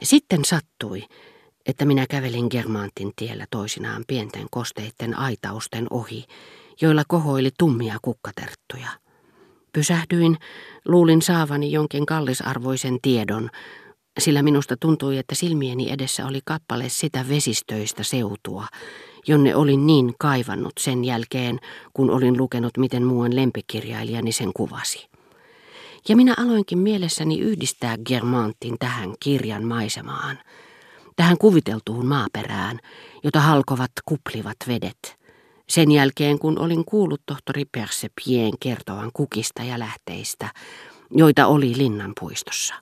Sitten sattui, että minä kävelin Guermantin tiellä toisinaan pienten kosteitten aitausten ohi, joilla kohoili tummia kukkaterttuja. Pysähdyin, luulin saavani jonkin kallisarvoisen tiedon, sillä minusta tuntui, että silmieni edessä oli kappale sitä vesistöistä seutua, jonne olin niin kaivannut sen jälkeen, kun olin lukenut, miten muuan lempikirjailijani sen kuvasi. Ja minä aloinkin mielessäni yhdistää Guermantin tähän kirjan maisemaan, tähän kuviteltuun maaperään, jota halkovat kuplivat vedet. Sen jälkeen, kun olin kuullut tohtori Percepien kertovan kukista ja lähteistä, joita oli linnanpuistossa.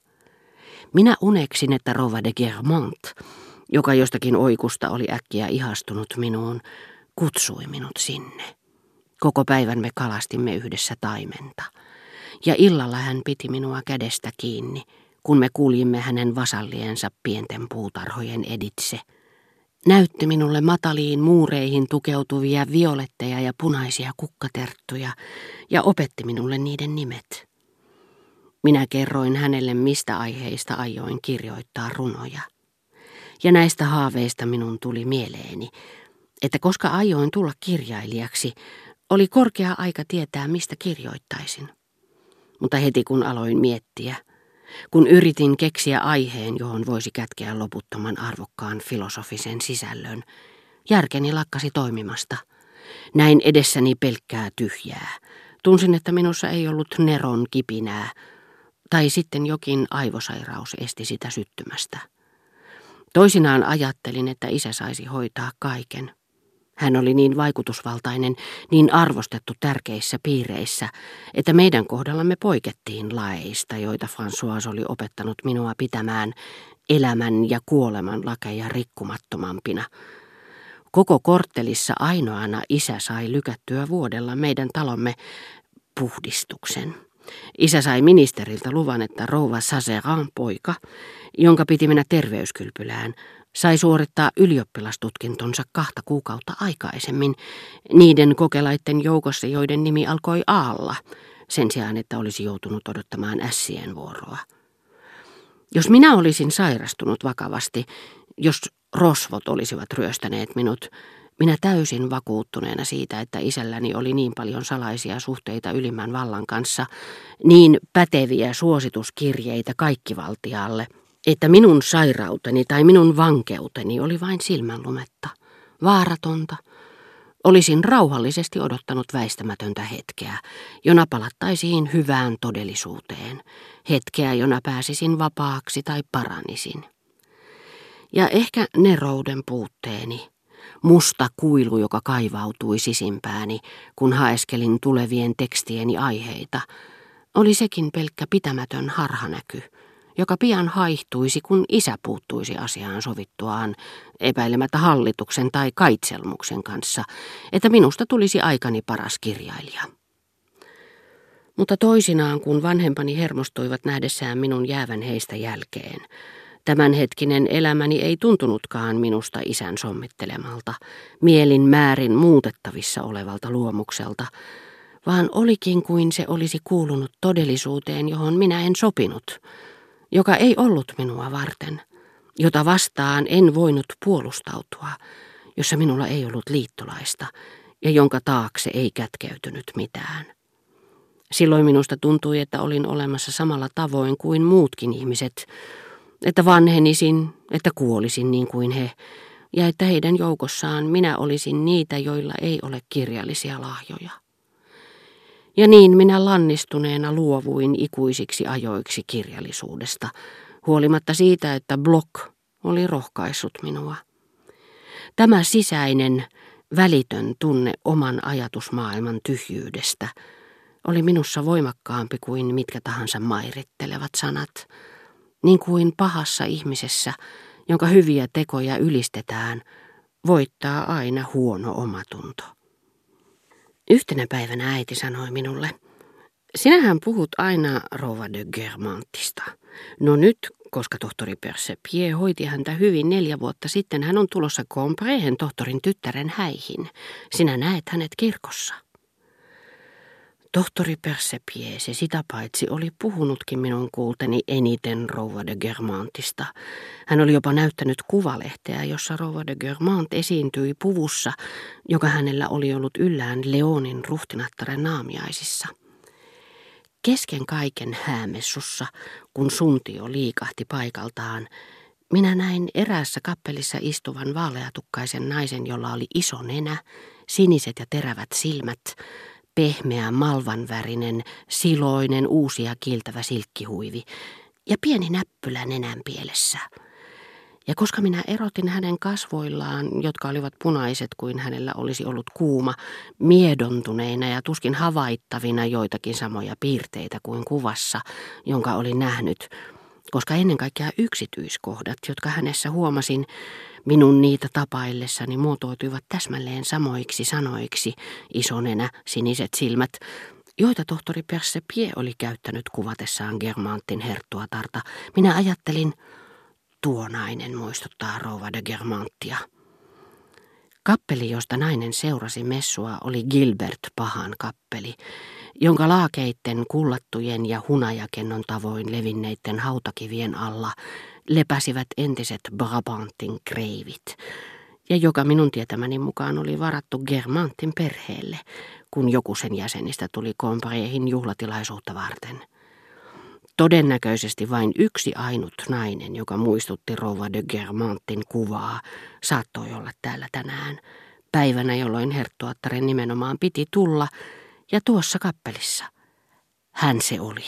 Minä uneksin, että rouva de Guermant, joka jostakin oikusta oli äkkiä ihastunut minuun, kutsui minut sinne. Koko päivän me kalastimme yhdessä taimenta. Ja illalla hän piti minua kädestä kiinni, kun me kuljimme hänen vasalliensa pienten puutarhojen editse. Näytti minulle mataliin muureihin tukeutuvia violetteja ja punaisia kukkaterttuja ja opetti minulle niiden nimet. Minä kerroin hänelle, mistä aiheista aioin kirjoittaa runoja. Ja näistä haaveista minun tuli mieleeni, että koska aioin tulla kirjailijaksi, oli korkea aika tietää, mistä kirjoittaisin. Mutta heti kun aloin miettiä, kun yritin keksiä aiheen, johon voisi kätkeä loputtoman arvokkaan filosofisen sisällön, järkeni lakkasi toimimasta. Näin edessäni pelkkää tyhjää. Tunsin, että minussa ei ollut neron kipinää, tai sitten jokin aivosairaus esti sitä syttymästä. Toisinaan ajattelin, että isä saisi hoitaa kaiken. Hän oli niin vaikutusvaltainen, niin arvostettu tärkeissä piireissä, että meidän kohdallamme poikettiin laeista, joita François oli opettanut minua pitämään elämän ja kuoleman lakeja rikkumattomampina. Koko korttelissa ainoana isä sai lykättyä vuodella meidän talomme puhdistuksen. Isä sai ministeriltä luvan, että rouva Sazeran poika, jonka piti mennä terveyskylpylään, sai suorittaa ylioppilastutkintonsa 2 kuukautta aikaisemmin niiden kokelaitten joukossa, joiden nimi alkoi A:lla, sen sijaan, että olisi joutunut odottamaan ässien vuoroa. Jos minä olisin sairastunut vakavasti, jos rosvot olisivat ryöstäneet minut, minä täysin vakuuttuneena siitä, että isälläni oli niin paljon salaisia suhteita ylimmän vallan kanssa, niin päteviä suosituskirjeitä kaikkivaltialle, että minun sairauteni tai minun vankeuteni oli vain silmänlumetta, vaaratonta. Olisin rauhallisesti odottanut väistämätöntä hetkeä, jona palattaisiin hyvään todellisuuteen, hetkeä, jona pääsisin vapaaksi tai paranisin. Ja ehkä nerouden puutteeni, musta kuilu, joka kaivautui sisimpääni, kun haeskelin tulevien tekstieni aiheita, oli sekin pelkkä pitämätön harhanäky, joka pian haihtuisi, kun isä puuttuisi asiaan sovittuaan, epäilemättä hallituksen tai kaitselmuksen kanssa, että minusta tulisi aikani paras kirjailija. Mutta toisinaan, kun vanhempani hermostuivat nähdessään minun jäävän heistä jälkeen, tämänhetkinen elämäni ei tuntunutkaan minusta isän sommittelemalta, mielin määrin muutettavissa olevalta luomukselta, vaan olikin kuin se olisi kuulunut todellisuuteen, johon minä en sopinut, joka ei ollut minua varten, jota vastaan en voinut puolustautua, jossa minulla ei ollut liittolaista ja jonka taakse ei kätkeytynyt mitään. Silloin minusta tuntui, että olin olemassa samalla tavoin kuin muutkin ihmiset, että vanhenisin, että kuolisin niin kuin he, ja että heidän joukossaan minä olisin niitä, joilla ei ole kirjallisia lahjoja. Ja niin minä lannistuneena luovuin ikuisiksi ajoiksi kirjallisuudesta, huolimatta siitä, että Bloch oli rohkaissut minua. Tämä sisäinen, välitön tunne oman ajatusmaailman tyhjyydestä oli minussa voimakkaampi kuin mitkä tahansa mairittelevat sanat, niin kuin pahassa ihmisessä, jonka hyviä tekoja ylistetään, voittaa aina huono omatunto. Yhtenä päivänä äiti sanoi minulle, sinähän puhut aina rouva de Guermantista. No nyt, koska tohtori Percepie hoiti häntä hyvin 4 vuotta sitten, hän on tulossa Combrehen tohtorin tyttären häihin. Sinä näet hänet kirkossa. Tohtori Persepies se sitä paitsi oli puhunutkin minun kuulteni eniten rouva de Guermantista. Hän oli jopa näyttänyt kuvalehteä, jossa rouva de Guermant esiintyi puvussa, joka hänellä oli ollut yllään Leonin ruhtinattaren naamiaisissa. Kesken kaiken häämessussa, kun suntio liikahti paikaltaan, minä näin eräässä kappelissa istuvan vaaleatukkaisen naisen, jolla oli iso nenä, siniset ja terävät silmät, pehmeä malvanvärinen, siloinen, uusia kiiltävä silkkihuivi ja pieni näppylä nenänpielessä. Ja koska minä erotin hänen kasvoillaan, jotka olivat punaiset kuin hänellä olisi ollut kuuma, miedontuneina ja tuskin havaittavina joitakin samoja piirteitä kuin kuvassa, jonka olin nähnyt, koska ennen kaikkea yksityiskohdat, jotka hänessä huomasin, minun niitä tapaillessani muotoituivat täsmälleen samoiksi sanoiksi, iso nenä, siniset silmät, joita tohtori Persepies oli käyttänyt kuvatessaan Guermantin herttuatarta. Minä ajattelin, tuo nainen muistuttaa rouva de Guermantia. Kappeli, josta nainen seurasi messua, oli Gilbert Pahan kappeli, jonka laakeitten kullattujen ja hunajakennon tavoin levinneitten hautakivien alla lepäsivät entiset Brabantin kreivit, ja joka minun tietämäni mukaan oli varattu Guermantin perheelle, kun joku sen jäsenistä tuli Combriehin juhlatilaisuutta varten. Todennäköisesti vain yksi ainut nainen, joka muistutti rouva de Guermantin kuvaa, saattoi olla täällä tänään, päivänä jolloin herttuattaren nimenomaan piti tulla, ja tuossa kappelissa. Hän se oli.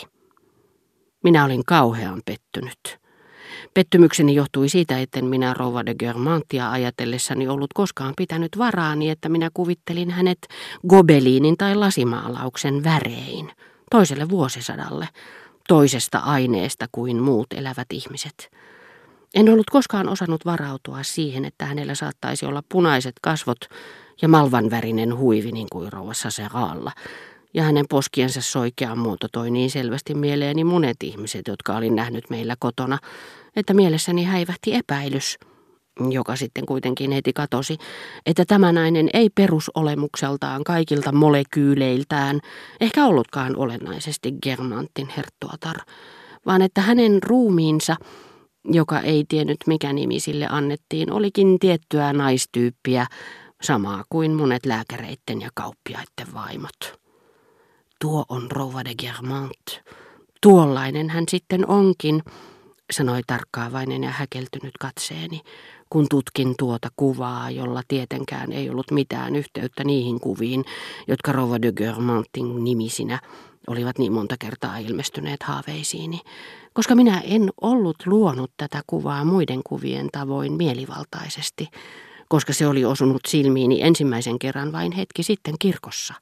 Minä olin kauhean pettynyt. Pettymykseni johtui siitä, etten minä rouva de Guermantia ajatellessani ollut koskaan pitänyt varaani, että minä kuvittelin hänet gobeliinin tai lasimaalauksen värein, toiselle vuosisadalle, toisesta aineesta kuin muut elävät ihmiset. En ollut koskaan osannut varautua siihen, että hänellä saattaisi olla punaiset kasvot ja malvanvärinen huivi niin kuin rouva Saseralla, ja hänen poskiensa soikea muoto toi niin selvästi mieleeni monet ihmiset, jotka olin nähnyt meillä kotona, että mielessäni häivähti epäilys, joka sitten kuitenkin heti katosi, että tämä nainen ei perusolemukseltaan kaikilta molekyyleiltään ehkä ollutkaan olennaisesti Guermantin herttuatar, vaan että hänen ruumiinsa, joka ei tiennyt mikä nimi sille annettiin, olikin tiettyä naistyyppiä, samaa kuin monet lääkäreitten ja kauppiaiden vaimot. Tuo on rouva de Guermant. Tuollainen hän sitten onkin, sanoi tarkkaavainen ja häkeltynyt katseeni, kun tutkin tuota kuvaa, jolla tietenkään ei ollut mitään yhteyttä niihin kuviin, jotka rouva de Guermantin nimisinä olivat niin monta kertaa ilmestyneet haaveisiini, koska minä en ollut luonut tätä kuvaa muiden kuvien tavoin mielivaltaisesti, koska se oli osunut silmiini ensimmäisen kerran vain hetki sitten kirkossa.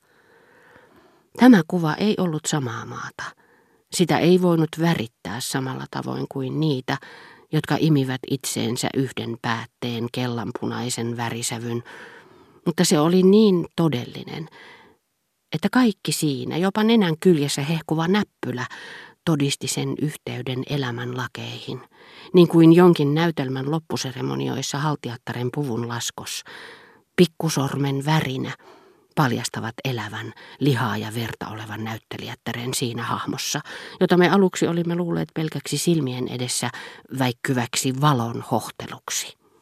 Tämä kuva ei ollut samaa maata. Sitä ei voinut värittää samalla tavoin kuin niitä, jotka imivät itseensä yhden päätteen kellanpunaisen värisävyn, mutta se oli niin todellinen, että kaikki siinä, jopa nenän kyljessä hehkuva näppylä, todisti sen yhteyden elämän lakeihin, niin kuin jonkin näytelmän loppuseremonioissa haltijattaren puvun laskos, pikkusormen värinä, paljastavat elävän, lihaa ja verta olevan näyttelijättären siinä hahmossa, jota me aluksi olimme luulleet pelkäksi silmien edessä väikkyväksi valon hohteluksi.